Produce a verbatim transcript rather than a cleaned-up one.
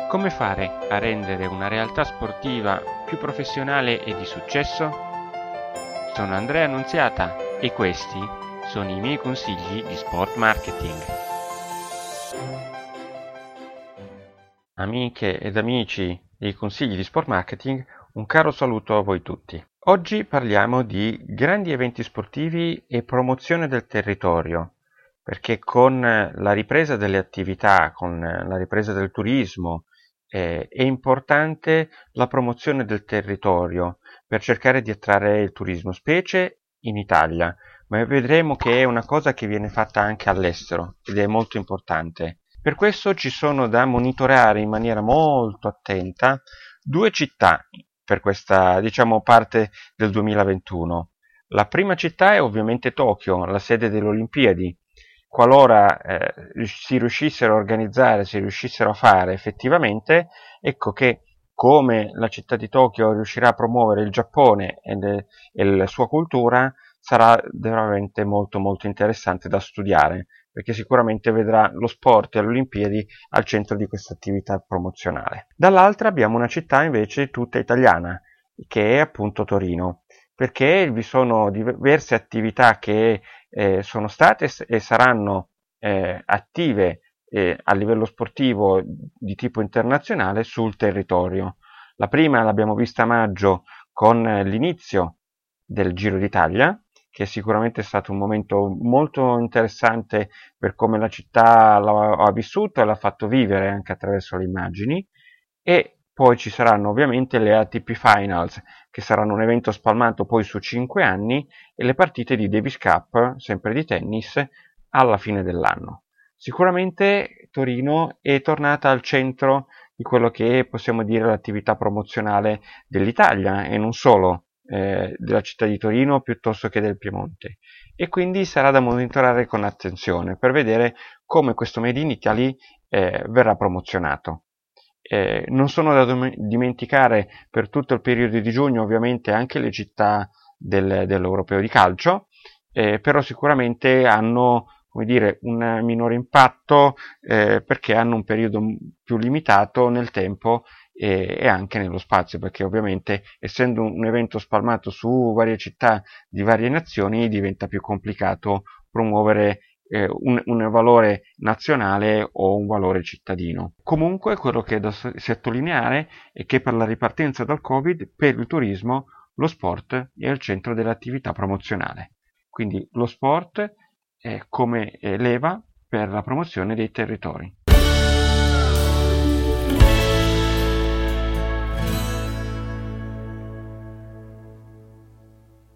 Come fare a rendere una realtà sportiva più professionale e di successo? Sono Andrea Annunziata e questi sono i miei consigli di sport marketing. Amiche ed amici dei consigli di sport marketing, un caro saluto a voi tutti. Oggi parliamo di grandi eventi sportivi e promozione del territorio, perché con la ripresa delle attività, con la ripresa del turismo, eh, è importante la promozione del territorio per cercare di attrarre il turismo, specie in Italia, ma vedremo che è una cosa che viene fatta anche all'estero ed è molto importante. Per questo ci sono da monitorare in maniera molto attenta due città per questa, diciamo, parte del duemilaventuno. La prima città è ovviamente Tokyo, la sede delle Olimpiadi. Qualora eh, si riuscissero a organizzare, si riuscissero a fare effettivamente, ecco che come la città di Tokyo riuscirà a promuovere il Giappone e, le, e la sua cultura, sarà veramente molto molto interessante da studiare, perché sicuramente vedrà lo sport e le Olimpiadi al centro di questa attività promozionale. Dall'altra abbiamo una città invece tutta italiana, che è appunto Torino, perché vi sono diverse attività che eh, sono state e saranno eh, attive eh, a livello sportivo di tipo internazionale sul territorio. La prima l'abbiamo vista a maggio con l'inizio del Giro d'Italia, che sicuramente è stato un momento molto interessante per come la città l'ha vissuto e l'ha fatto vivere anche attraverso le immagini. E poi ci saranno ovviamente le A T P Finals, che saranno un evento spalmato poi su cinque anni, e le partite di Davis Cup, sempre di tennis, alla fine dell'anno. Sicuramente Torino è tornata al centro di quello che possiamo dire l'attività promozionale dell'Italia e non solo eh, della città di Torino piuttosto che del Piemonte, e quindi sarà da monitorare con attenzione per vedere come questo Made in Italy eh, verrà promozionato. Eh, non sono da dom- dimenticare per tutto il periodo di giugno ovviamente anche le città del, dell'Europeo di calcio, eh, però sicuramente hanno, come dire, un minore impatto eh, perché hanno un periodo più limitato nel tempo e, e anche nello spazio, perché ovviamente essendo un evento spalmato su varie città di varie nazioni diventa più complicato promuovere eh, un, un valore nazionale o un valore cittadino. Comunque quello che è da sottolineare è che per la ripartenza dal Covid, per il turismo, lo sport è al centro dell'attività promozionale. Quindi lo sport è come leva per la promozione dei territori.